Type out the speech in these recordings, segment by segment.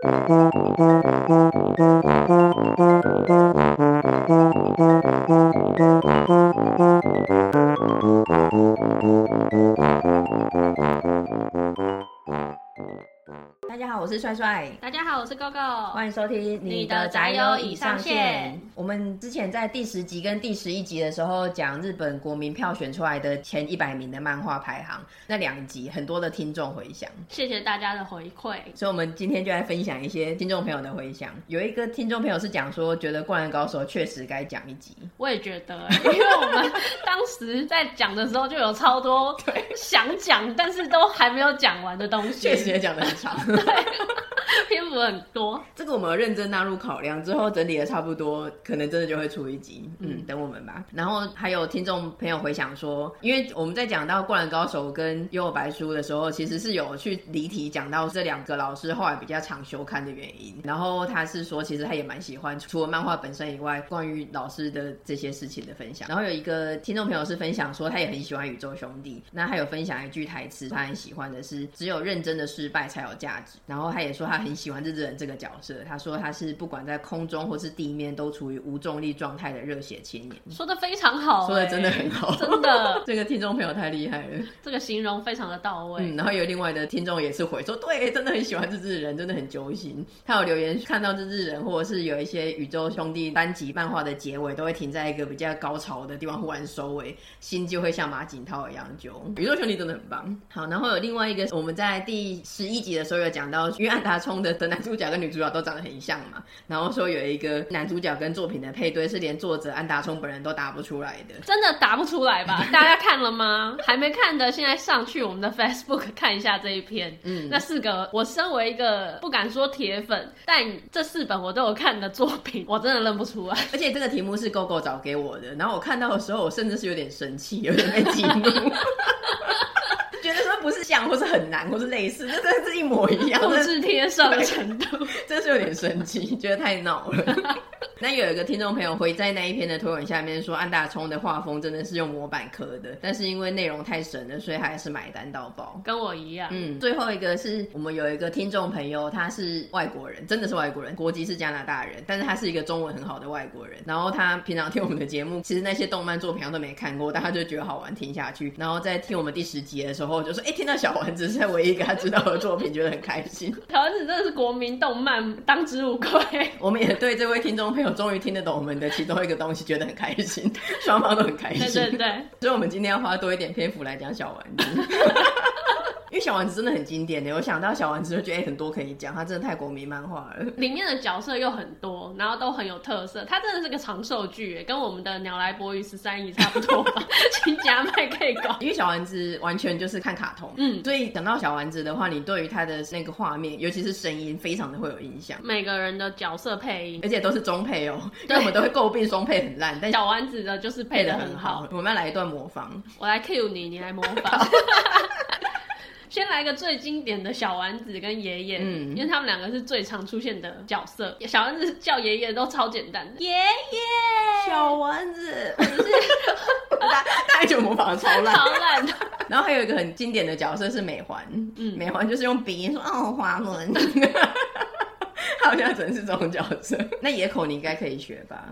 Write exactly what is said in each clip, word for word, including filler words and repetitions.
大家好，我是帅帅。 大家好，我是 GoGo。 欢迎收听你的宅友已上线。 我们之前在第十集跟第十一集的时候讲日本国民票选出来的前一百名的漫画排行，那两集很多的听众回响， 谢谢大家的回馈。 所以我们今天就来分享一些听众朋友的回响。有一个听众朋友是讲说，觉得《灌篮高手》确实该讲一集。 我也觉得，因为我们当时在讲的时候就有超多想讲但是都还没有讲完的东西， 确实也讲得很长。 篇幅很多， 这个我们有认真纳入考量之后，整理的差不多，可能真的就会出一集。嗯，等我们吧。然后还有听众朋友回想说，因为我们在讲到《灌篮高手》跟《幽游白书》的时候，其实是有去离题讲到这两个老师后来比较常休刊的原因。然后他是说，其实他也蛮喜欢除了漫画本身以外，关于老师的这些事情的分享。然后有一个听众朋友是分享说，他也很喜欢宇宙兄弟。那他有分享一句台词，他很喜欢的是“只有认真的失败才有价值”。然后他也说他很喜欢日之人这个角色，他说他是不管在空中或是地面都处于无重力状态的热血青年。 说得非常好、欸， 说得真的很好， 真的， 这个听众朋友太厉害了， 这个形容非常的到位。 嗯，然后有另外的听众也是回说，对，真的很喜欢日之人，真的很揪心。他有留言看到日之人或者是有一些宇宙兄弟单集漫画的结尾都会停在一个比较高潮的地方，忽然收尾，心就会像马景涛一样揪。宇宙兄弟真的很棒。好，然后有另外一个，我们在第十一集的时候有讲到，因为安达充的的男主角跟女主角都长得很像嘛，然后说有一个男主角跟作品的配对是连作者安达充本人都答不出来的， 真的答不出来吧？大家看了吗？还没看的，现在上去我们的 Facebook 看一下这一篇。嗯，那四个我身为一个不敢说铁粉，但这四本我都有看的作品，我真的认不出来。 而且这个题目是 GoGo 找给我的，然后我看到的时候，我甚至是有点生气，有点被激怒。觉得说不是像或是很难或是类似，这真的是一模一样， 复制贴上的程度， 真是有点生气，觉得太闹了。那有一个听众朋友回在那一篇的推文下面说，安达充的画风真的是用模板刻的，但是因为内容太神了，所以还是买单到爆， 跟我一样。 嗯，最后一个是我们有一个听众朋友，他是外国人，真的是外国人，国籍是加拿大人，但是他是一个中文很好的外国人。然后他平常听我们的节目，其实那些动漫作品他都没看过，但他就觉得好玩，听下去。然后在听我们第十集的时候，就说：“哎、欸，听到小丸子是唯一一个他知道的作品，觉得很开心。” 小丸子真的是国民动漫，当之无愧。 我们也对这位听众朋友终于听得懂我们的其中一个东西，觉得很开心，双方都很开心。 对对对， 所以我们今天要花多一点篇幅来讲小丸子。因为小丸子真的很经典的，我想到小丸子就觉得、欸、很多可以讲，它真的太国民漫画了， 里面的角色又很多，然后都很有特色，它真的是个长寿剧，跟我们的鸟来伯与十三姨差不多吧。请假麦可以搞， 因为小丸子完全就是看卡通，嗯，所以讲到小丸子的话，你对于它的那个画面，尤其是声音，非常的会有印象。 每个人的角色配音， 而且都是中配哦，因为我们都会诟病双配很烂，但小丸子的就是配得很好。 我们要来一段模仿， 我来 cue 你，你来模仿。先来个最经典的小丸子跟爷爷，嗯，因为他们两个是最常出现的角色。小丸子叫爷爷都超简单的，爷爷， 小丸子，或者是大大家就模仿的超烂， 超烂的。 然后还有一个很经典的角色是美环，嗯，美环就是用鼻音说哦滑轮，他好像真是这种角色。那野口你应该可以学吧？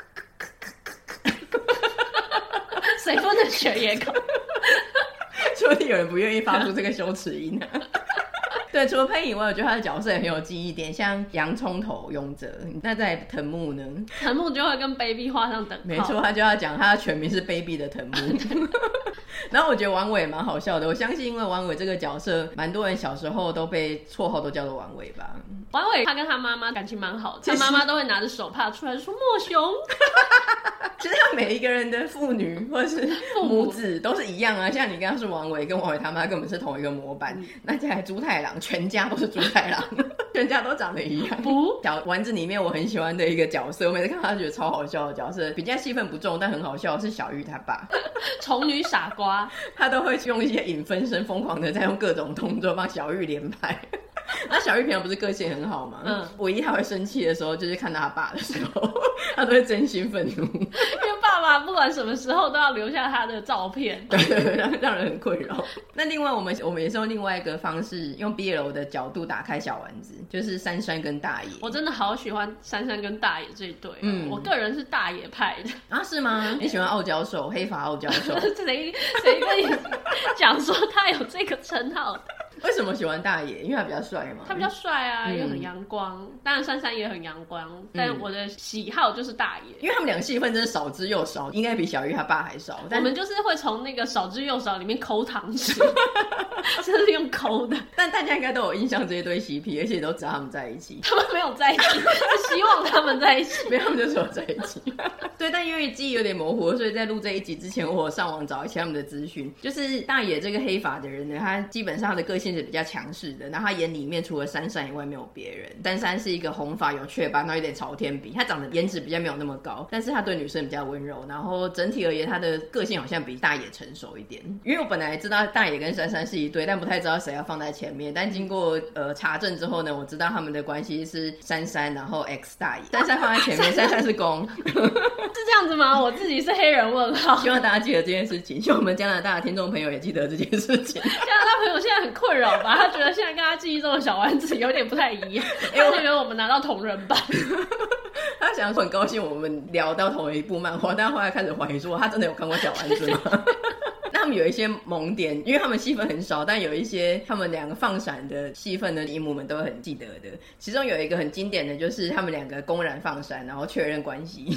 谁不能学野口？ 说不定有人不愿意发出这个羞耻音啊。对，除了配音以外，我觉得他的角色也很有记忆点，像洋葱头勇者。那在藤木呢？ 藤木就会跟 Baby 画上等号。 没错，他就要讲他的全名是 Baby 的藤木。然后我觉得王伟蛮好笑的，我相信因为王伟这个角色，蛮多人小时候都被绰号都叫做王伟吧。 王伟他跟他妈妈感情蛮好的，他妈妈都会拿着手帕出来说莫雄。 其实他每一个人的父女或是母子都是一样啊，像你刚刚是王伟跟王伟他妈根本是同一个模板，嗯、那再来猪太郎，全家都是猪太郎，全家都长得一样。 不， 小丸子里面我很喜欢的一个角色，我每次看他觉得超好笑的角色，比较戏份不重但很好笑是小玉他爸， 丑女傻瓜， 他都会用一些影分身疯狂的在用各种动作帮小玉连拍。那小玉平常不是个性很好吗？嗯，唯一他会生气的时候就是看到他爸的时候，他都会真心愤怒，因为爸爸啊，不管什么时候都要留下他的照片， 对对对，让让人很困扰。那另外我们我们也是用另外一个方式，用 B L 的角度打开小丸子，就是珊珊跟大野。 我真的好喜欢珊珊跟大野这一对、哦，嗯，我个人是大野派的啊，是吗？你喜欢傲娇兽，黑发傲娇兽？ 谁谁跟你讲说他有这个称号？ 为什么喜欢大野？因为他比较帅嘛。 他比较帅啊， 嗯、 因为很阳光。当然珊珊也很阳光，但我的喜好就是大野， 因为他们两个戏份真的少之又少，应该比小鱼他爸还少。 我们就是会从那个少之又少里面抠糖吃，真的是用抠的。 但大家应该都有印象这一对 C P， 而且都知道他们在一起。 他们没有在一起，是希望他们在一起。 没有，他们就是有在一起。对，但因为记忆有点模糊，所以在录这一集之前，我有上网找一些他们的资讯。就是大野这个黑发的人呢，他基本上他的个性是比较强势的，然后他眼里面除了珊珊以外没有别人。珊珊是一个红发有雀斑，然后有点朝天鼻，他长得颜值比较没有那么高，但是他对女生比较温柔，然后整体而言他的个性好像比大野成熟一点。因为我本来知道大野跟珊珊是一对，但不太知道谁要放在前面，但经过呃查证之后呢，我知道他们的关系是珊珊然后 X 大野，珊珊放在前面，珊珊是攻。 是这样子吗？我自己是黑人问号。 希望大家记得这件事情，希望我们加拿大的听众朋友也记得这件事情。 加拿大朋友现在很困扰吧？他觉得现在跟他记忆中的小丸子有点不太一样，因为他觉得我们拿到同人版。 他想说很高兴我们聊到同一部漫画，但后来开始怀疑说他真的有看过小丸子吗？那他们有一些萌点，因为他们戏份很少，但有一些他们两个放闪的戏份呢，姨母们都很记得的。其中有一个很经典的就是他们两个公然放闪，然后确认关系。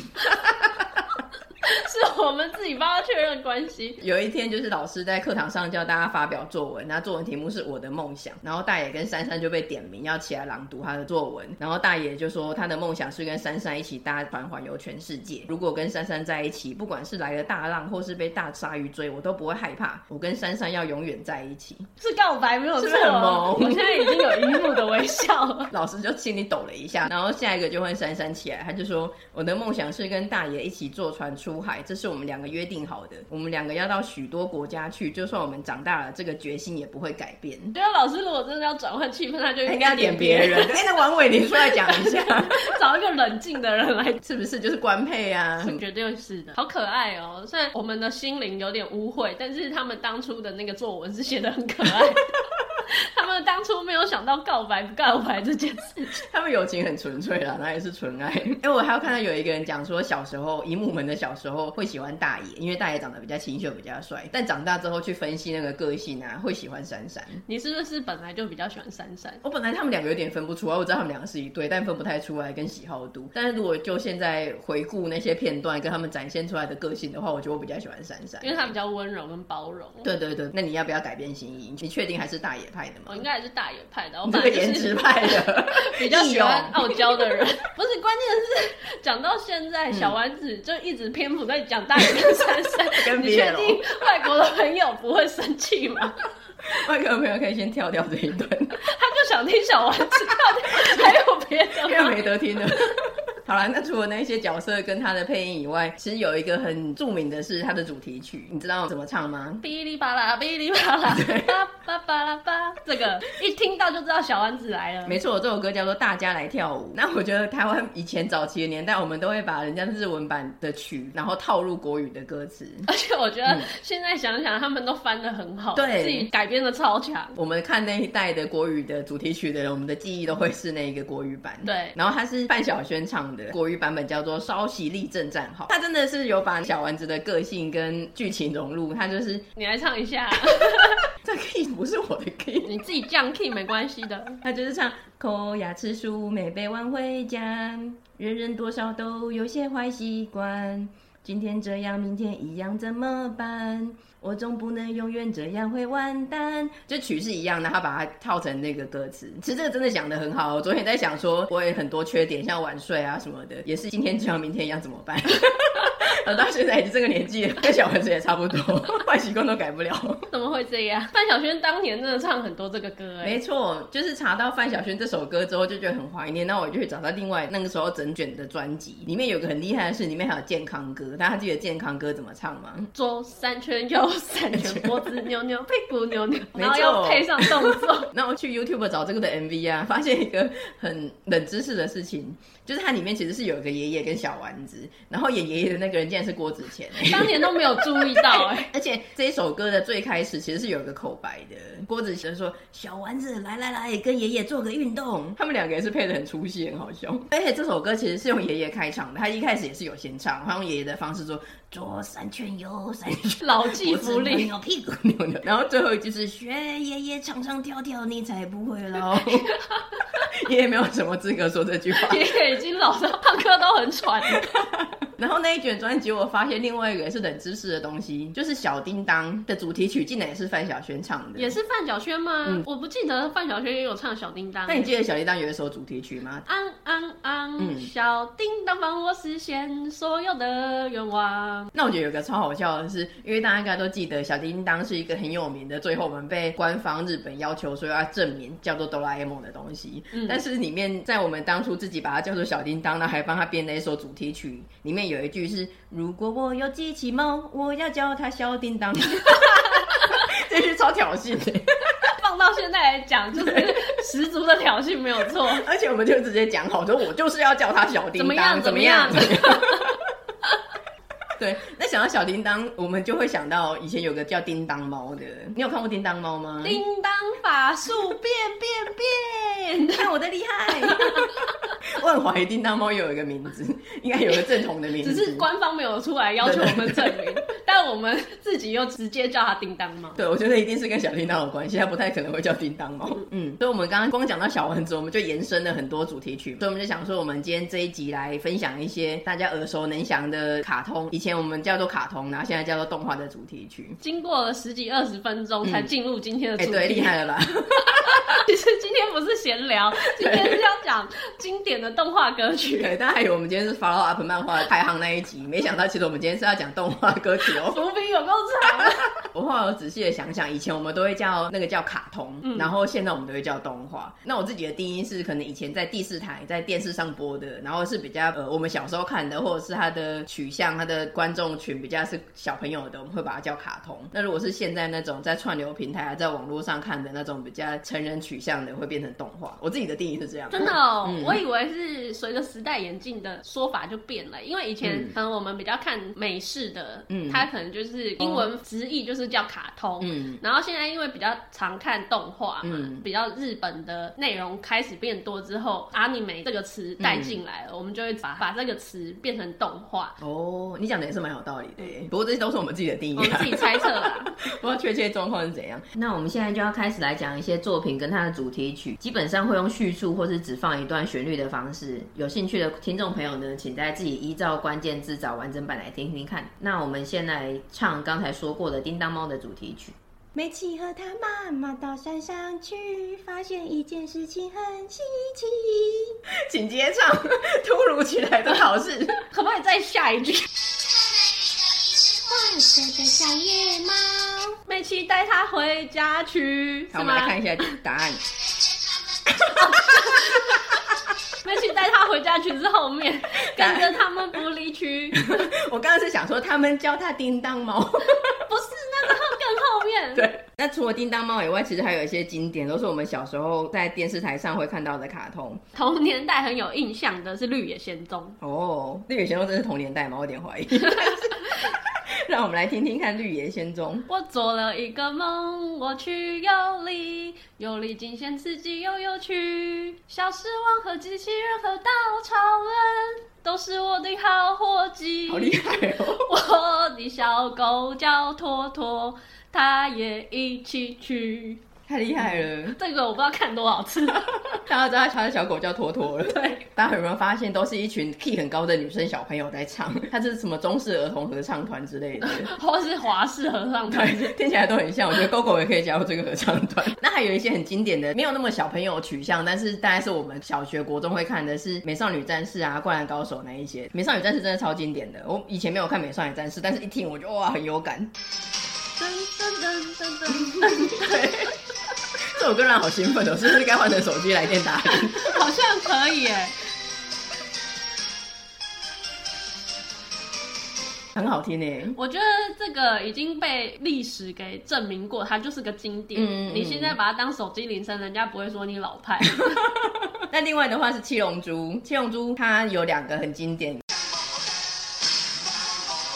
是我们自己帮他确认关系。 有一天就是老师在课堂上叫大家发表作文，那作文题目是我的梦想，然后大野跟珊珊就被点名要起来朗读他的作文，然后大野就说他的梦想是跟珊珊一起搭船环游全世界，如果跟珊珊在一起，不管是来了大浪或是被大鲨鱼追，我都不会害怕，我跟珊珊要永远在一起。 是告白没有错， 是不是很萌？ 我现在已经有一幕的微笑了。 老师就心里抖了一下，然后下一个就问珊珊起来，他就说我的梦想是跟大野一起坐船出海，这是我们两个约定好的，我们两个要到许多国家去，就算我们长大了，这个决心也不会改变。 觉得老师如果真的要转换气氛，他就应该点别人。哎、欸，那王伟你出来讲一下， 找一个冷静的人来， 是不是就是官配啊？ 绝对是的，好可爱哦！虽然我们的心灵有点污秽，但是他们当初的那个作文是写得很可爱。他们当初没有想到告白不告白这件事情， 他们友情很纯粹啦，那也是纯爱。因为我还有看到有一个人讲说，小时候姨母们的小时候会喜欢大野，因为大野长得比较清秀比较帅，但长大之后去分析那个个性啊，会喜欢珊珊。 你是不是本来就比较喜欢珊珊？ 我本来他们两个有点分不出来，我知道他们两个是一对，但分不太出来跟喜好度。但是如果就现在回顾那些片段跟他们展现出来的个性的话，我觉得我比较喜欢珊珊， 因为他比较温柔跟包容。 对对对，那你要不要改变心意？你确定还是大野派的吗？ 我应该还是大野派的，我这个颜值派的， 比较喜欢傲娇的人。不是，关键是讲到现在，小丸子就一直篇幅在讲大野跟珊珊，你确定外国的朋友不会生气吗？ 外国的朋友可以先跳掉这一段，他就想听小丸子跳掉，还有别的吗？ 因为没得听了。好啦，那除了那些角色跟他的配音以外，其实有一个很著名的是他的主题曲，你知道怎么唱吗？ 哔哩吧啦，哔哩吧啦，巴巴巴啦巴，这个一听到就知道小丸子来了。 没错，这首歌叫做《大家来跳舞》。那我觉得台湾以前早期的年代，我们都会把人家日文版的曲，然后套入国语的歌词。 而且我觉得现在想想，他们都翻得很好，对，自己改编的超强。 我们看那一代的国语的主题曲的人，我们的记忆都会是那个国语版。 对， 然后它是范晓萱唱的国语版本，叫做《稍息立正站好》。他真的是有把小丸子的个性跟剧情融入，他就是你来唱一下。 这 key 不是我的 key， 你自己降 key 没关系的。 他就是唱抠牙吃书没被晚回家，人人多少都有些坏习惯，今天这样明天一样怎么办？我总不能永远这样会完蛋。就曲是一样的，他把它套成那个歌词。其实这个真的想得很好，我昨天在想说我有很多缺点，像晚睡啊什么的，也是今天这样明天一样怎么办？我到现在已经这个年纪，跟小丸子也差不多，坏习惯都改不了。 怎么会这样？范晓萱当年真的唱很多这个歌，哎， 没错，就是查到范晓萱这首歌之后，就觉得很怀念。那我就去找到另外那个时候整卷的专辑，里面有个很厉害的是，里面还有健康歌。大家记得健康歌怎么唱吗？ 左三圈，右三圈，脖子扭扭，屁股扭扭，然后要配上动作。 然后我去 YouTube 找这个的 M V 啊，发现一个很冷知识的事情，就是它里面其实是有一个爷爷跟小丸子，然后演爷爷的那个人竟然是郭子乾， 当年都没有注意到哎、欸。 而且这一首歌的最开始其实是有一个口白的，郭子乾说：“小丸子，来来来，跟爷爷做个运动。”他们两个也是配得很出戏，很好笑。而且这首歌其实是用爷爷开场的，他一开始也是有先唱，他用爷爷的方式说左三圈右三圈， 老骥伏枥， 扭屁股扭扭，然后最后一句是学爷爷唱唱跳跳，你才不会老。爷爷没有什么资格说这句话， 爷爷已经老到唱歌都很喘了。 然后那一卷专辑，我发现另外一个也是冷知识的东西，就是小叮当的主题曲竟然也是范晓萱唱的。 也是范晓萱吗？嗯、我不记得范晓萱也有唱小叮当。 那你记得小叮当有一首主题曲吗？ 昂昂昂，嗯、小叮当帮我实现所有的愿望。 那我觉得有个超好笑的是，因为大家应该都记得小叮当是一个很有名的，最后我们被官方日本要求说要证明叫做哆啦 A 梦的东西。嗯、但是里面在我们当初自己把它叫做小叮当，那还帮他编了一首主题曲，里面有一句是如果我有机器猫，我要叫它小叮当。这句超挑衅的。 放到现在来讲，就是十足的挑衅，没有错。 而且我们就直接讲好，说我就是要叫它小叮当， 怎么样？怎么样？ 怎么样对，那想到小叮当，我们就会想到以前有个叫叮当猫的，你有看过叮当猫吗？ 叮当法术变变变， 看我的厉害！我很怀疑叮当猫也有一个名字，应该有个正统的名字， 只是官方没有出来要求我们证明，但我们自己又直接叫它叮当猫。 对，我觉得一定是跟小叮当有关系，它不太可能会叫叮当猫。嗯，所以我们刚刚光讲到小丸子，我们就延伸了很多主题曲，所以我们就想说，我们今天这一集来分享一些大家耳熟能详的卡通，以前我们叫做卡通，然后现在叫做动画的主题曲。 经过了十几二十分钟才进入今天的主题， 哎、嗯欸，对，厉害了吧？ 其实今天不是闲聊，今天是要讲经典的动画歌曲。 对，大家以为我们今天是 follow up 漫画排行那一集，没想到其实我们今天是要讲动画歌曲哦。 伏笔有够长。 我后来有仔细的想想，以前我们都会叫那个叫卡通，嗯、然后现在我们都会叫动画。那我自己的定义是，可能以前在第四台在电视上播的，然后是比较呃我们小时候看的，或者是它的取向、它的观众群比较是小朋友的，我们会把它叫卡通。那如果是现在那种在串流平台、在网络上看的那种比较成人取向的，会变成动画。我自己的定义是这样。 真的哦，嗯、我以为是随着时代演进的说法就变了，因为以前可能我们比较看美式的，嗯，它可能就是英文直译就是叫卡通，嗯，然后现在因为比较常看动画嘛，嗯、比较日本的内容开始变多之后 ，anime 这个词带进来了，嗯、我们就会把把这个词变成动画。 哦，你讲的也是蛮有道理的耶，不过这些都是我们自己的定义， 我们自己猜测啦， 不知道确切状况是怎样。那我们现在就要开始来讲一些作品跟它的主题曲，基本上会用叙述或是只放一段旋律的方式。有兴趣的听众朋友呢，请在自己依照关键字找完整版来听听看。那我们先来唱刚才说过的叮当猫的主题曲。美琪和他妈妈到山上去，发现一件事情很稀奇。请接唱，突如其来的考试， 可不可以再下一句？ 黄色的小野猫， 美琪带他回家去。 好，我们来看一下答案。 美琪带他回家去之后面，跟着他们不离去。 我刚刚是想说，他们叫他叮当猫， 不是那个更后面。 对，那除了叮当猫以外，其实还有一些经典，都是我们小时候在电视台上会看到的卡通。 同年代很有印象的是《绿野仙踪》。 哦，《绿野仙踪》真是同年代吗？我有点怀疑。让我们来听听看《绿野仙踪》。 我做了一个梦，我去游历，游历惊险刺激又有趣，小狮王和机器人和稻草人都是我的好伙计。 好厉害哦！ 我的小狗叫托托，它也一起去。 太厉害了！ 这个我不知道看多少次。 大家知道他的小狗叫托托了。对，大家有没有发现，都是一群 key 很高的女生小朋友在唱？它是什么中式儿童合唱团之类的， 或是华式合唱团， 听起来都很像。我觉得 GoGo 也可以加入这个合唱团。那还有一些很经典的，没有那么小朋友取向，但是大概是我们小学、国中会看的，是《美少女战士》啊、《灌篮高手》那一些。《美少女战士》真的超经典的，我以前没有看《美少女战士》，但是一听我就哇很有感。噔噔噔噔噔噔，对。这首歌让好兴奋哦，是不是该换成手机来电打铃？ 好像可以耶， 很好听耶。 我觉得这个已经被历史给证明过，它就是个经典。嗯嗯，你现在把它当手机铃声，人家不会说你老派。 那另外的话是七龙珠，七龙珠它有两个很经典。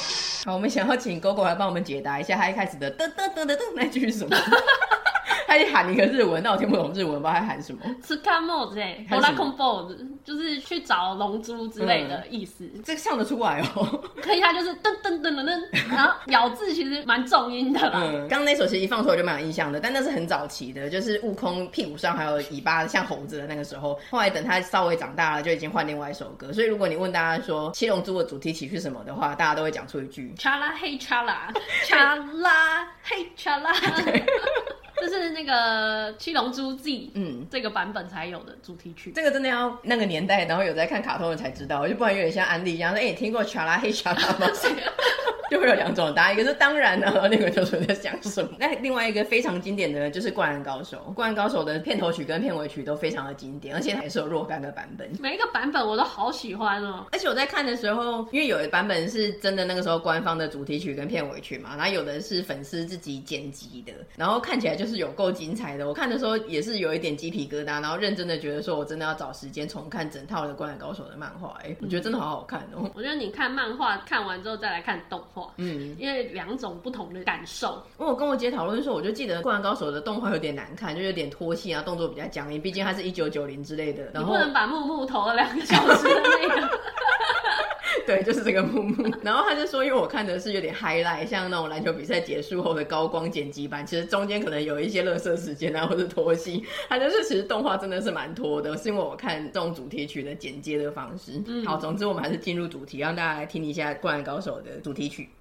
好，我们想要请狗狗来帮我们解答一下他一开始的噔噔噔噔噔那句是什么。他一喊一个日文，但我听不懂日文，不知道他喊什么。 吃看帽子哎，哆啦 A 梦就是去找龙珠之类的意思。 嗯、这个唱得出来哦。 可以，他就是噔噔噔噔噔，然后咬字其实蛮重音的啦。 嗯，刚刚那首其实一放出来就蛮有印象的，但那是很早期的，就是悟空屁股上还有尾巴像猴子的那个时候。后来等他稍微长大了，就已经换另外一首歌。所以如果你问大家说七龙珠的主题曲是什么的话，大家都会讲出一句查拉嘿查拉，查拉嘿查拉。这是那个《七龙珠 Z》嗯这个版本才有的主题曲。 这个真的要那个年代，然后有在看卡通的才知道，就不然有点像安利一样说，哎、欸，你听过查拉嘿查拉吗？就会有两种答案，一个是当然呢，另一个就是在讲什么。那另外一个非常经典的就是《灌篮高手》，《灌篮高手》的片头曲跟片尾曲都非常的经典，而且还是有若干个版本。 每一个版本我都好喜欢哦。 而且我在看的时候，因为有的版本是真的那个时候官方的主题曲跟片尾曲嘛，然后有的是粉丝自己剪辑的，然后看起来就是有够精彩的。我看的时候也是有一点鸡皮疙瘩，然后认真的觉得说我真的要找时间重看整套的《灌篮高手》的漫画。哎、欸，我觉得真的好好看哦。 我觉得你看漫画看完之后再来看动画，嗯，因为两种不同的感受。 因为我跟我姐讨论说，我就记得《灌篮高手》的动画有点难看，就有点拖戏啊，动作比较僵硬，毕竟它是一九九零之类的。然后你不能把木木投了两个小时的那个。 对，就是这个木木。然后他就说，因为我看的是有点 highlight， 像那种篮球比赛结束后的高光剪辑版，其实中间可能有一些垃圾时间啊，或者拖戏。他就是其实动画真的是蛮拖的，是因为我看这种主题曲的剪接的方式。嗯，好，总之我们还是进入主题，让大家来听一下《灌篮高手》的主题曲。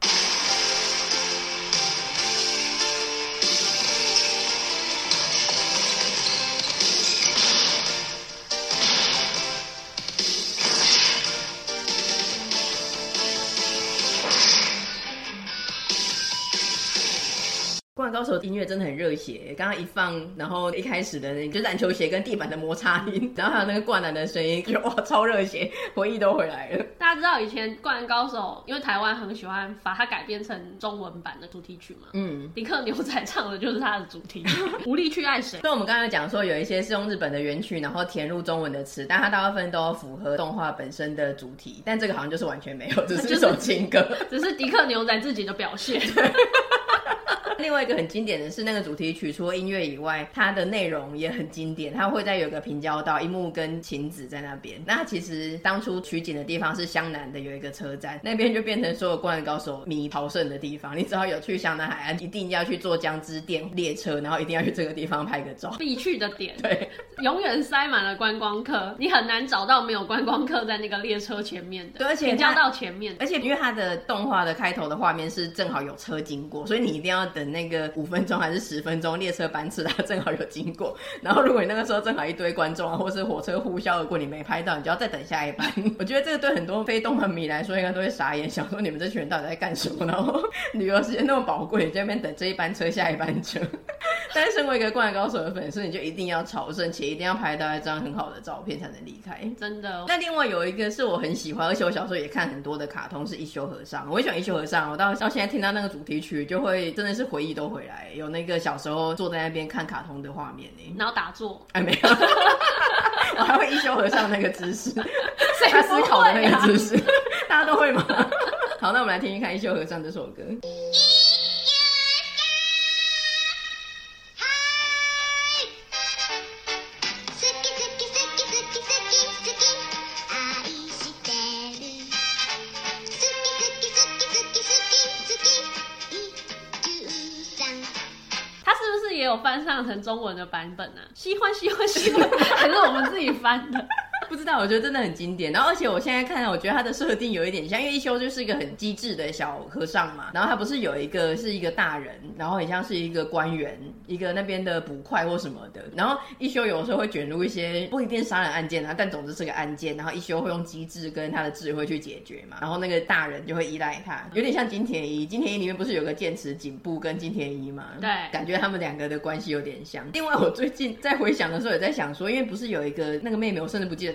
灌篮高手音乐真的很热血，刚刚一放，然后一开始的那就是篮球鞋跟地板的摩擦音，然后还有那个灌篮的声音，就哇超热血，回忆都回来了。 大家知道以前灌篮高手，因为台湾很喜欢把它改编成中文版的主题曲嘛，嗯，迪克牛仔唱的就是它的主题曲，无力去爱谁。 所以我们刚才讲说有一些是用日本的原曲，然后填入中文的词，但它大部分都符合动画本身的主题，但这个好像就是完全没有，只是一首情歌， 只是迪克牛仔自己的表现。 另外一个很经典的是那个主题曲，除了音乐以外，它的内容也很经典。它会在有个平交道，樱木跟晴子在那边。那它其实当初取景的地方是湘南的有一个车站，那边就变成所有灌篮高手迷朝圣的地方。你只要有去湘南海岸，一定要去坐江之电列车，然后一定要去这个地方拍个照， 必去的点。 对， 永远塞满了观光客，你很难找到没有观光客在那个列车前面的， 对，而且平交道前面。 而且因为它的动画的开头的画面是正好有车经过，所以你一定要等那个五分钟还是十分钟列车班次它正好有经过，然后如果你那个时候正好一堆观众啊，或是火车呼啸而过你没拍到，你就要再等下一班。我觉得这个对很多非动漫迷来说应该都会傻眼，想说你们这群人到底在干什么，然后旅游时间那么宝贵，你在那边等这一班车下一班车。但是身为一个灌篮高手的粉丝，你就一定要朝圣，且一定要拍到一张很好的照片才能离开， 真的。 那另外有一个是我很喜欢，而且我小时候也看很多的卡通，是一休和尚。我很喜欢一休和尚，我到到现在听到那个主题曲就会真的是回忆都回来，有那个小时候坐在那边看卡通的画面呢。 然后打坐？ 哎，没有，我还会一休和尚那个姿势，他思考的那个姿势，大家都会吗？好，那我们来听听看一休和尚这首歌。 也有翻唱成中文的版本啊，喜欢喜欢喜欢，还是我们自己翻的？ 不知道，我觉得真的很经典。然后而且我现在看，我觉得他的设定有一点像，因为一休就是一个很机智的小和尚嘛，然后他不是有一个是一个大人，然后很像是一个官员，一个那边的捕快或什么的，然后一休有时候会卷入一些不一定杀人案件啊，但总之是个案件，然后一休会用机智跟他的智慧去解决嘛，然后那个大人就会依赖他，有点像金田一，金田一里面不是有个剑持警部跟金田一嘛， 对， 感觉他们两个的关系有点像。另外我最近在回想的时候也在想说，因为不是有一个那个妹妹，我甚至不记得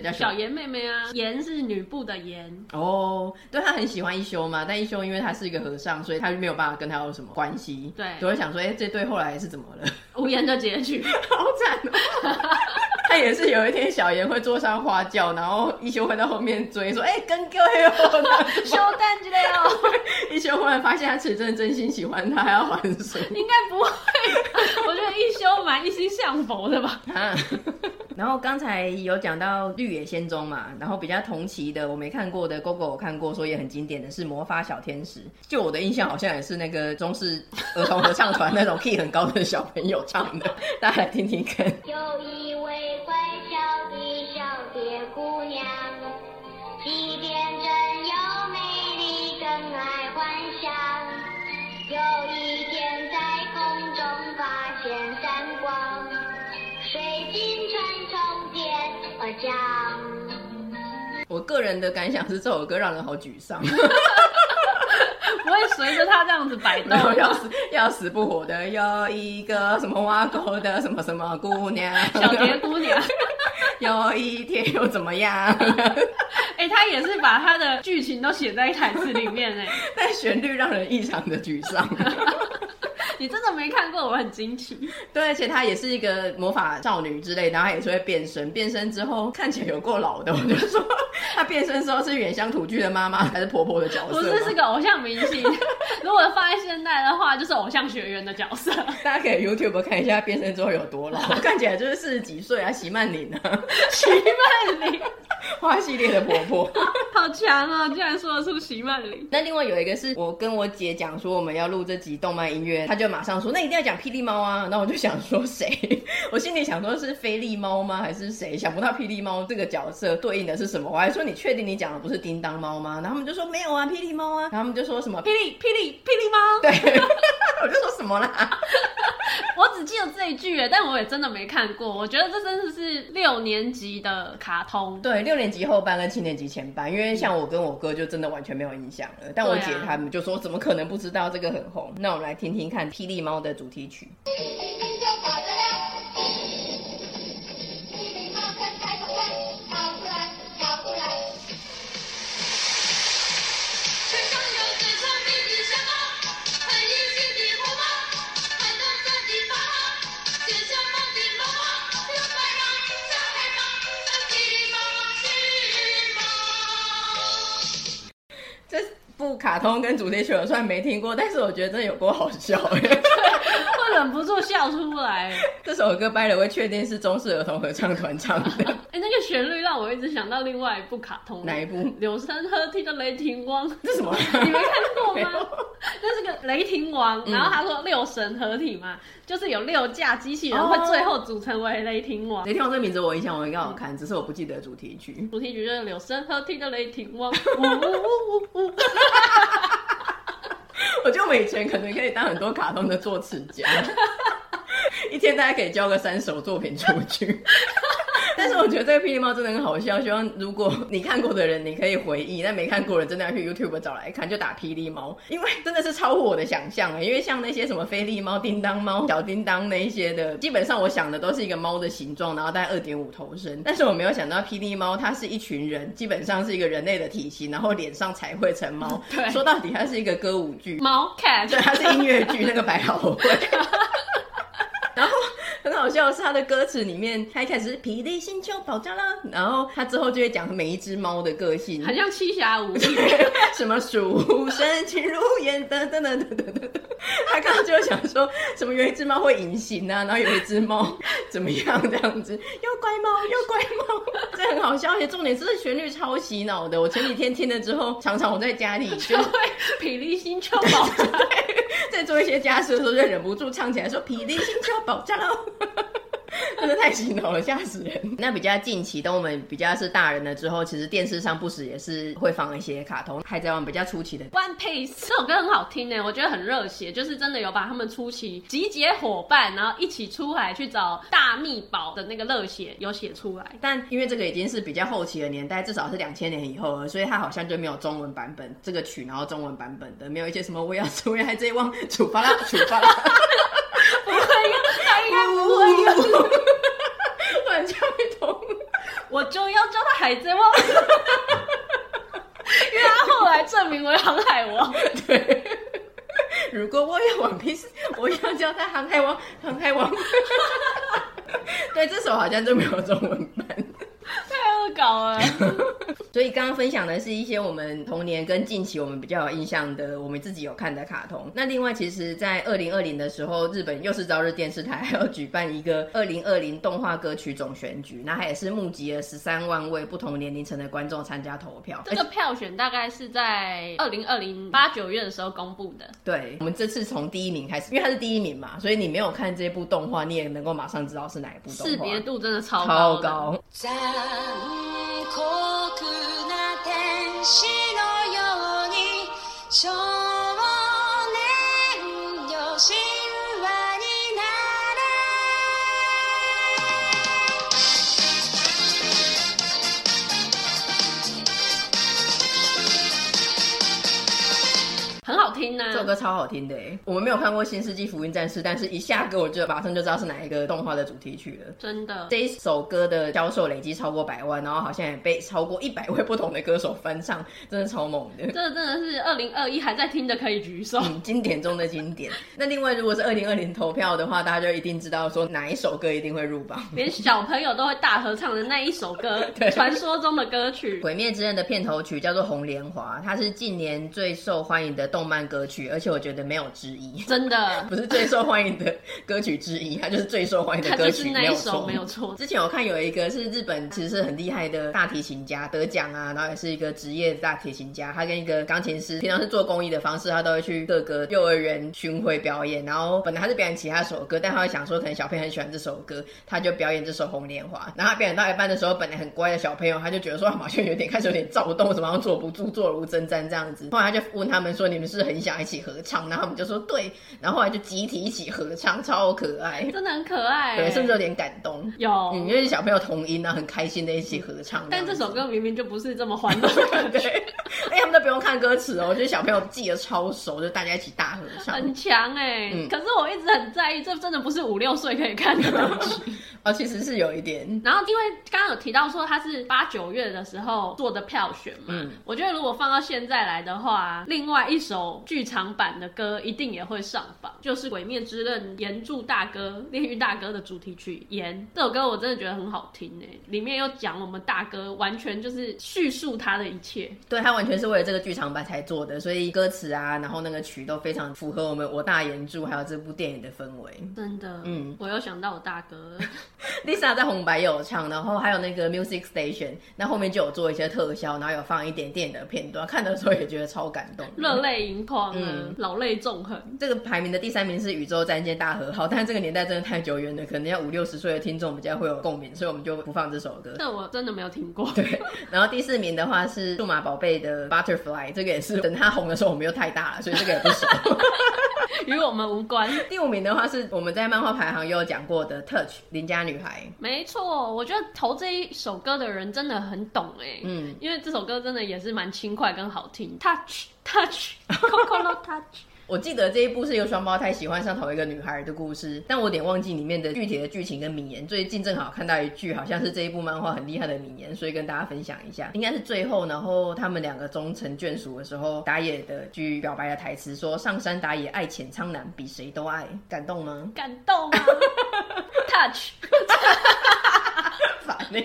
叫小妍妹妹啊，妍是女部的妍。 哦，对，他很喜欢一休嘛，但一休因为他是一个和尚，所以他就没有办法跟他有什么关系。 对， 我会想说，哎、欸，这对后来是怎么了？ 无言的结局， 好惨哦。他也是有一天小妍会坐上花轿，然后一休会在后面追说：“哎、欸，跟各位哦， 修蛋之类哦。” 一休忽然发现他其实真的真心喜欢他，还要还手。 应该不会，我觉得一休蛮一心向佛的吧。 啊，然后刚才有讲到绿野仙踪嘛，然后比较同期的我没看过的 Gogo 我看过，说也很经典的是魔法小天使。就我的印象好像也是那个中式儿童合唱团那种 key 很高的小朋友唱的，大家来听听看。 有一位乖巧的小蝶姑娘，即便真有美丽，更爱幻想。有一天在空中发现闪光，水晶船从天而降。 我个人的感想是这首歌让人好沮丧。 不会随着他这样子摆动， 要死要死不活的有一个什么挖沟的什么什么姑娘， 小蝶姑娘， 有一天又怎么样？ 哎、欸，他也是把他的剧情都写在台词里面哎， 但旋律让人异常的沮丧。 你真的没看过，我很惊奇。 对，而且她也是一个魔法少女之类，然后她也是会变身，变身之后看起来有够老的。我就说，她变身之后是远乡土剧的妈妈还是婆婆的角色？ 不是，是个偶像明星。如果放在现代的话，就是偶像学员的角色。 大家可以 YouTube 看一下变身之后有多老，看起来就是四十几岁啊，席曼玲啊， 席曼玲。 花系列的婆婆好强哦，居然说得出席曼玲。 那另外有一个是我跟我姐讲说我们要录这集动漫音乐，她就马上说那一定要讲霹雳猫啊，那我就想说谁，我心里想说是菲利猫吗还是谁，想不到霹雳猫这个角色对应的是什么，我还说你确定你讲的不是叮当猫吗？然后他们就说没有啊，霹雳猫啊，然后他们就说什么霹雳霹雳霹雳猫， 对我就说什么啦我只记得这一句耶，但我也真的没看过。我觉得这真的是六年级的卡通， 对，六年级后班跟七年级前班，因为像我跟我哥就真的完全没有印象了，但我姐他们就说怎么可能不知道这个很红。那我们来听听看霹雳猫的主题曲。部卡通跟主题曲我虽然没听过，但是我觉得真的有够好笑哎， 会忍不住笑出来。 这首歌by the way确定是中式儿童合唱团唱的。 哎、欸，那个旋律让我一直想到另外一部卡通。 哪一部？ 柳生喝踢的雷霆王。 这什么？ 你没看过吗？那是个雷霆王，然后他说六神合体嘛，嗯、就是有六架机器人会最后组成为雷霆王。 雷霆王这个名字我印象我应该有看，只是我不记得主题曲。 主题曲就是柳生喝踢的雷霆王。呜呜呜呜呜。 我觉得我们以前可能可以当很多卡通的作词家，一天大概可以交个三首作品出去。但是我觉得这个霹雳猫真的很好笑，希望如果你看过的人你可以回忆，但没看过的人真的要去 YouTube 找来看，就打霹雳猫，因为真的是超乎我的想象。因为像那些什么菲力猫、叮当猫、小叮当那一些的，基本上我想的都是一个猫的形状，然后大概 二点五 头身，但是我没有想到霹雳猫它是一群人，基本上是一个人类的体型，然后脸上彩绘成猫。 对， 说到底它是一个歌舞剧， 猫 cat， 对，它是音乐剧那个百老汇。然后很好笑的是，他的歌词里面，他一开始是霹雳星球爆炸啦，然后他之后就会讲每一只猫的个性， 很像七侠五义， 什么鼠身轻如燕，等等等等等等。他刚刚就想说什么有一只猫会隐形啊，然后有一只猫怎么样这样子，又乖猫又乖猫，这很好笑，而且重点是旋律超洗脑的。我前几天听了之后，常常我在家里就会霹雳星球爆炸， 在做一些家事的时候就忍不住唱起来说霹雳星球爆炸了。真的太洗脑了，吓死人。那比较近期，等我们比较是大人了之后，其实电视上不时也是会放一些卡通。海贼王比较初期的 One Piece 这首歌很好听耶，我觉得很热血，就是真的有把他们初期集结伙伴，然后一起出海去找大秘宝的那个热血有写出来。 但因为这个已经是比较后期的年代，至少是两千年以后了，所以它好像就没有中文版本这个曲，然后中文版本的没有一些什么我要成为海贼王，出发啦，出发啦。 不会呀，他应该不会呀。 乱唱一通， 我就要叫他海贼王，因为他后来证明为航海王。 对，如果我有 One Piece， 我要叫他航海王，航海王。对，这首好像就没有中文版。 太恶搞了。 所以刚刚分享的是一些我们童年跟近期我们比较有印象的，我们自己有看的卡通。那另外，其实在二零二零的时候，日本幼视朝日电视台还有举办一个二零二零动画歌曲总选举，那它也是募集了十三万位不同年龄层的观众参加投票。 这个票选大概是在二零二零八九月的时候公布的。 对，我们这次从第一名开始，因为它是第一名嘛，所以你没有看这部动画，你也能够马上知道是哪一部動畫。 识别度真的超高的。 超高。 残酷な天使のように少年よ神話になれ。 很好听啊， 这首歌超好听的耶。我们没有看过《新世纪福音战士》，但是一下歌我就马上就知道是哪一个动画的主题曲了。 真的， 这一首歌的销售累积超过百万，然后好像也被超过一百位不同的歌手翻唱，真的超猛的。 这真的是二零二一还在听的可以举手。 嗯，经典中的经典。那另外，如果是二零二零投票的话，大家就一定知道说哪一首歌一定会入榜， 连小朋友都会大合唱的那一首歌，传说中的歌曲《 鬼灭之刃》的片头曲叫做《红莲华》，它是近年最受欢迎的动漫歌曲，而且我觉得没有之一。 真的不是最受欢迎的歌曲之一，它就是最受欢迎的歌曲， 它就是那一首没有错。 之前我看有一个是日本其实是很厉害的大提琴家，得奖啊，然后也是一个职业大提琴家，他跟一个钢琴师平常是做公益的方式，他都会去各个幼儿园巡回表演，然后本来他是表演其他首歌，但他会想说可能小朋友很喜欢这首歌，他就表演这首《红莲华》。然后他表演到一半的时候，本来很乖的小朋友他就觉得说好像有点开始有点躁动，怎么样坐不住，坐如针毡这样子。后来他就问他们说你们是很想一起合唱，然后他们就说对，然后后来就集体一起合唱，超可爱， 真的很可爱， 对，甚至有点感动。 有， 嗯，因为小朋友同音啊，很开心的一起合唱。 但这首歌明明就不是这么欢乐的， 对，哎，他们都不用看歌词哦，我觉得小朋友记得超熟，就大家一起大合唱， 很强哎、欸嗯。可是我一直很在意，这真的不是五六岁可以看的东西。 哦，其实是有一点。 然后因为刚刚有提到说它是八九月的时候做的票选嘛，嗯，我觉得如果放到现在来的话，另外一首剧场版的歌一定也会上榜，就是《鬼灭之刃》岩柱大哥、炼狱大哥的主题曲《岩》。这首歌我真的觉得很好听诶、欸，里面又讲我们大哥，完全就是叙述他的一切。 对，他完全是为了这个剧场版才做的，所以歌词啊，然后那个曲都非常符合我们我大岩柱还有这部电影的氛围。 真的，嗯，我又想到我大哥了。 Lisa 在红白也有唱，然后还有那个 Music Station， 那后面就有做一些特效，然后有放一点电影的片段，看的时候也觉得超感动， 热泪盈眶，嗯，老泪纵横。 这个排名的第三名是宇宙战舰大和号，但是这个年代真的太久远了，可能要五六十岁的听众比较会有共鸣，所以我们就不放这首歌。 这我真的没有听过。 对，然后第四名的话是数码宝贝的 Butterfly， 这个也是等它红的时候我们又太大了，所以这个也不熟。 与我们无关。 第五名的话是我们在漫画排行也有讲过的 Touch 邻家女孩。 没错，我觉得投这一首歌的人真的很懂哎，嗯，因为这首歌真的也是蛮轻快跟好听。Touch Touch Kokoro Touch。 我记得这一部是由双胞胎喜欢上同一个女孩的故事，但我有点忘记里面的具体的剧情跟名言。最近正好看到一句好像是这一部漫画很厉害的名言，所以跟大家分享一下。应该是最后，然后他们两个终成眷属的时候，打野的句表白的台词说：“上山打野爱浅苍南，比谁都爱。”感动吗？ 感动啊！Touch， 烦欸。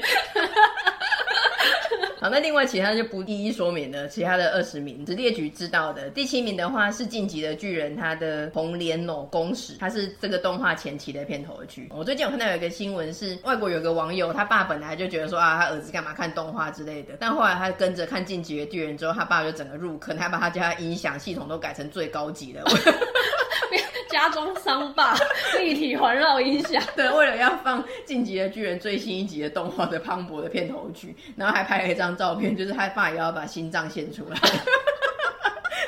好，那另外其他就不一一说明了，其他的二十名是列举知道的。第七名的话是晋级的巨人，他的红莲藕公使，他是这个动画前期的片头曲。我最近有看到有一个新闻是，外国有个网友，他爸本来就觉得说啊，他儿子干嘛看动画之类的，但后来他跟着看晋级的巨人之后，他爸就整个入坑，他把他家音响系统都改成最高级的。 家中桑巴立体环绕音响， 对，为了要放《晋级的巨人》最新一集的动画的磅礴的片头曲，然后还拍了一张照片，就是他爸也要把心脏献出来。就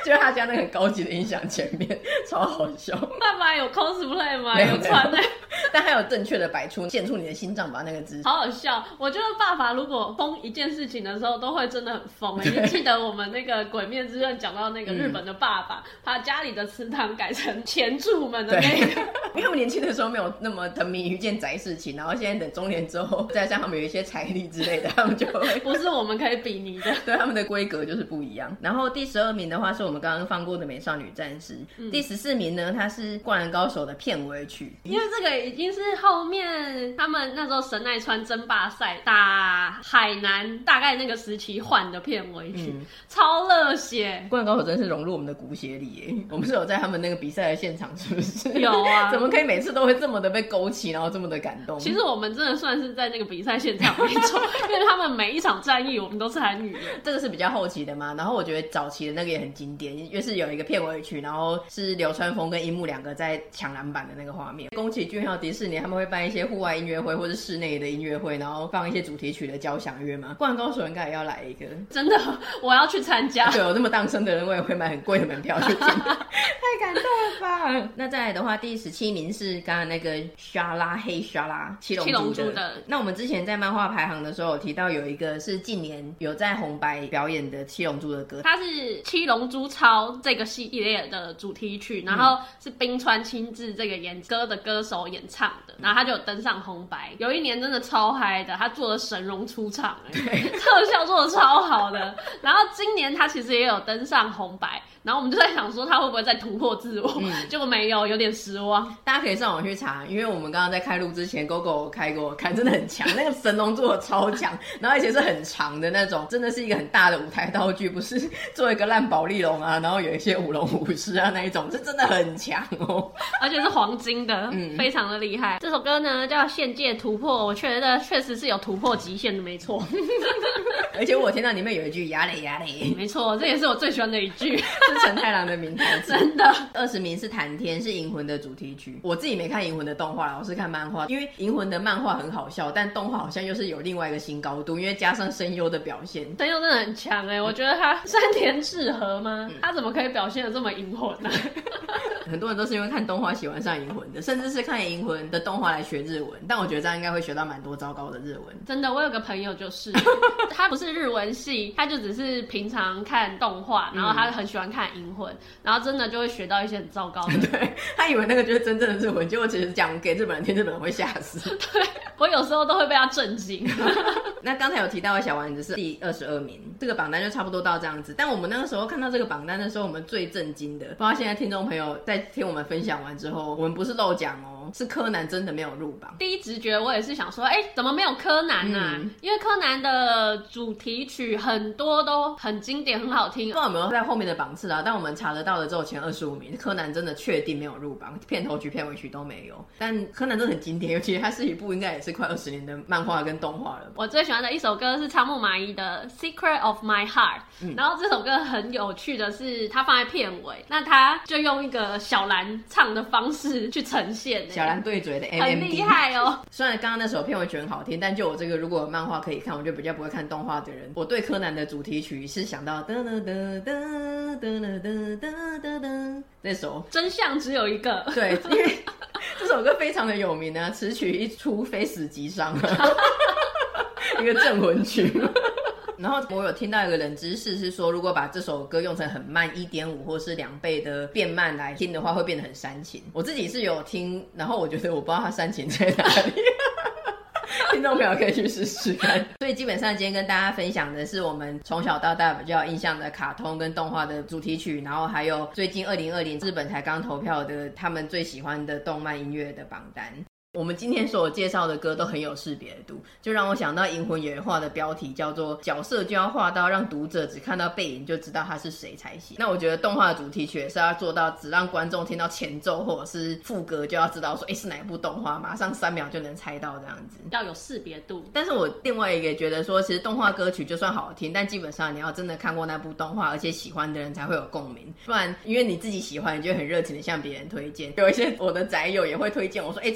就他家那个很高级的音响前面，超好笑。 爸爸有 cosplay 吗？ 没有有穿欸但还有正确的摆出献出你的心脏吧那个姿势， 好好笑。我觉得爸爸如果疯一件事情的时候，都会真的很疯、欸。你记得我们那个《鬼灭之刃》讲到那个日本的爸爸，嗯、把家里的祠堂改成前柱们的那个， 因为我们年轻的时候没有那么沉迷于一件宅事情，然后现在等中年之后，再加上他们有一些财力之类的，他们就会不是我们可以比拟的， 对他们的规格就是不一样。然后第十二名的话是我们刚刚放过的《美少女战士》，嗯、第十四名呢，它是《灌篮高手》的片尾曲， 因为这个已经是后面他们那时候神奈川争霸赛打海南大概那个时期换的片尾曲，嗯、超热血。 灌篮高手真是融入我们的骨血里耶，我们是有在他们那个比赛的现场，是不是？ 有啊， 怎么可以每次都会这么的被勾起，然后这么的感动？ 其实我们真的算是在那个比赛现场没错，因为他们每一场战役我们都参与了。 这个是比较后期的嘛，然后我觉得早期的那个也很经典，因为是有一个片尾曲，然后是流川枫跟樱木两个在抢篮板的那个画面。宫崎骏还有迪士尼他们会办一些户外音乐会或是室内的音乐会，然后放一些主题曲的交响乐嘛。灌篮高手应该也要来一个， 真的，我要去参加。 对，有那么当生的人，我也会买很贵的门票去听，太感动了吧！那再来的话，第十七名是刚刚那个沙拉黑沙拉七龙珠 的, 七龙珠的。 那我们之前在漫画排行的时候有提到有一个是近年有在红白表演的七龙珠的歌， 它是七龙珠超这个系列的主题曲，然后是冰川亲自这个演歌的歌手演唱的，然后他就有登上红白。有一年真的超嗨的，他做了神龙出场，特效做的超好的。然后今年他其实也有登上红白，然后我们就在想说他会不会再突破自我，嗯、结果没有，有点失望。 大家可以上网去查，因为我们刚刚在开录之前 ，Gogo 开给我看，真的很强，那个神龙做的超强，然后而且是很长的那种，真的是一个很大的舞台道具，不是做一个烂保利龙啊，然后有一些舞龙舞狮啊那一种，这真的很强哦， 而且是黄金的，嗯、非常的厉害。这首歌呢叫《限界突破》，我觉得确实是有突破极限的，没错。 而且我听到里面有一句“牙嘞牙嘞”， 没错，这也是我最喜欢的一句， 是陈太郎的名台词， 真的。 二十名是《谈天》，是《银魂》的主题曲。我自己没看《银魂》的动画啦，我是看漫画，因为《银魂》的漫画很好笑，但动画好像又是有另外一个新高度，因为加上声优的表现， 声优真的很强哎、欸，我觉得他山田智和吗？嗯、他怎么可以表现得这么银魂呢、啊？ 很多人都是因为看动画喜欢上银魂的，甚至是看银魂的动画来学日文，但我觉得这样应该会学到蛮多糟糕的日文。 真的，我有个朋友就是他不是日文系，他就只是平常看动画，然后他很喜欢看银魂，然后真的就会学到一些很糟糕的。 对，他以为那个就是真正的日文，结果其实讲给日本人听，日本人会吓死。 对，我有时候都会被他震惊。 那刚才有提到的小丸子是第二十二名，这个榜单就差不多到这样子。但我们那个时候看到这个榜单的时候，我们最震惊的，不知道现在听众朋友在听我们分享完之后，我们不是漏讲哦，是柯南真的没有入榜。 第一直觉我也是想说，哎、欸，怎么没有柯南啊？嗯、因为柯南的主题曲很多都很经典，很好听。 不知道有没有在后面的榜次啊？但我们查得到的只有前二十五名，柯南真的确定没有入榜，片头曲、片尾曲都没有。但柯南真的很经典，尤其它是一部应该也是快二十年的漫画跟动画了。 我最喜欢的一首歌是仓木麻衣的《Secret of My Heart》，嗯、然后这首歌很有趣的是，它放在片尾，那它就用一个小兰唱的方式去呈现、欸， 小兰对嘴的 M M D， 很厉害哦。 虽然刚刚那首片尾曲很好听，但就我这个如果有漫画可以看，我就比较不会看动画的人，我对柯南的主题曲是想到哒哒哒哒哒哒哒哒哒这首， 真相只有一个。 对，因为这首歌非常的有名啊，此曲一出非死即伤，一个镇魂曲。然后我有听到一个冷知识是说，如果把这首歌用成很慢 一点五 或是两倍的变慢来听的话，会变得很煽情。我自己是有听，然后我觉得我不知道它煽情在哪里。听众朋友可以去试试看。所以基本上今天跟大家分享的是我们从小到大比较有印象的卡通跟动画的主题曲，然后还有最近二零二零日本才刚投票的他们最喜欢的动漫音乐的榜单。我们今天所有介绍的歌都很有识别度，就让我想到银魂有人画的标题叫做角色就要画到让读者只看到背影就知道他是谁才行。那我觉得动画的主题曲也是要做到只让观众听到前奏或者是副歌就要知道说诶是哪一部动画，马上三秒就能猜到这样子， 要有识别度。 但是我另外一个觉得说，其实动画歌曲就算好听，但基本上你要真的看过那部动画而且喜欢的人才会有共鸣，不然因为你自己喜欢你就很热情的向别人推荐。有一些我的宅友也会推荐我说诶这首动画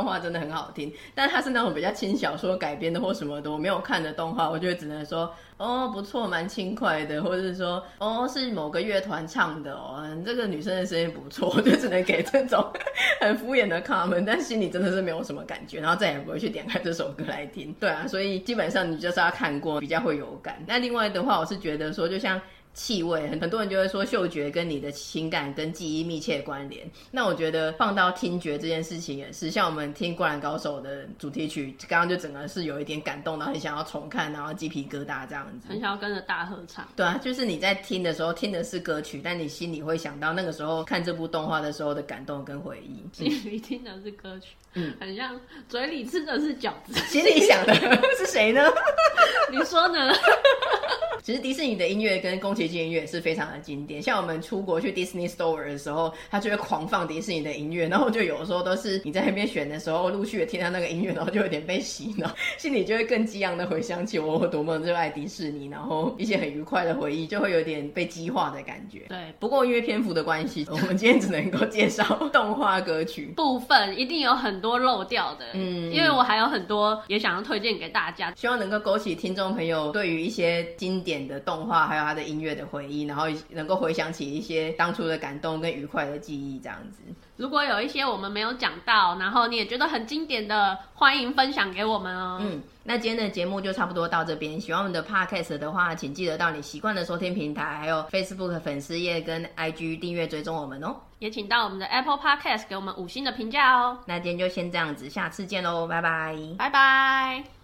画真的很好听，但是它是那种比较轻小说改编的或什么的，我没有看的动画，我就只能说哦不错，蛮轻快的，或者是说哦是某个乐团唱的哦，这个女生的声音不错，我就只能给这种很敷衍的 comment， 但心里真的是没有什么感觉，然后再也不会去点开这首歌来听。对啊，所以基本上你就是要看过比较会有感。那另外的话，我是觉得说就像气味，很很多人就会说嗅觉跟你的情感跟记忆密切关联，那我觉得放到听觉这件事情也是，像我们听《灌篮高手》的主题曲，刚刚就整个是有一点感动，然后很想要重看，然后鸡皮疙瘩这样子， 很想要跟着大合唱。 对啊，就是你在听的时候听的是歌曲，但你心里会想到那个时候看这部动画的时候的感动跟回忆， 心里听的是歌曲，嗯，很像嘴里吃的是饺子， 心里想的是谁呢？ 你说呢？ 其实迪士尼的音乐跟宫崎骏音乐是非常的经典，像我们出国去 Disney Store 的时候，他就会狂放迪士尼的音乐，然后就有时候都是你在那边选的时候，陆续的听到那个音乐，然后就有点被洗脑，心里就会更激昂的回想起我有多么热爱迪士尼，然后一些很愉快的回忆，就会有点被激化的感觉。 对， 不过因为篇幅的关系，我们今天只能够介绍动画歌曲部分，一定有很多漏掉的，嗯，因为我还有很多也想要推荐给大家， 希望能够勾起听众朋友对于一些经典的动画还有它的音乐的回忆，然后能够回想起一些当初的感动跟愉快的记忆这样子。 如果有一些我们没有讲到，然后你也觉得很经典的，欢迎分享给我们哦。 嗯，那今天的节目就差不多到这边。喜欢我们的 podcast 的话，请记得到你习惯的收听平台，还有 Facebook 粉丝页跟 I G 订阅追踪我们哦。 也请到我们的 Apple Podcast 给我们五星的评价哦。 那今天就先这样子，下次见喽，拜拜， 拜拜。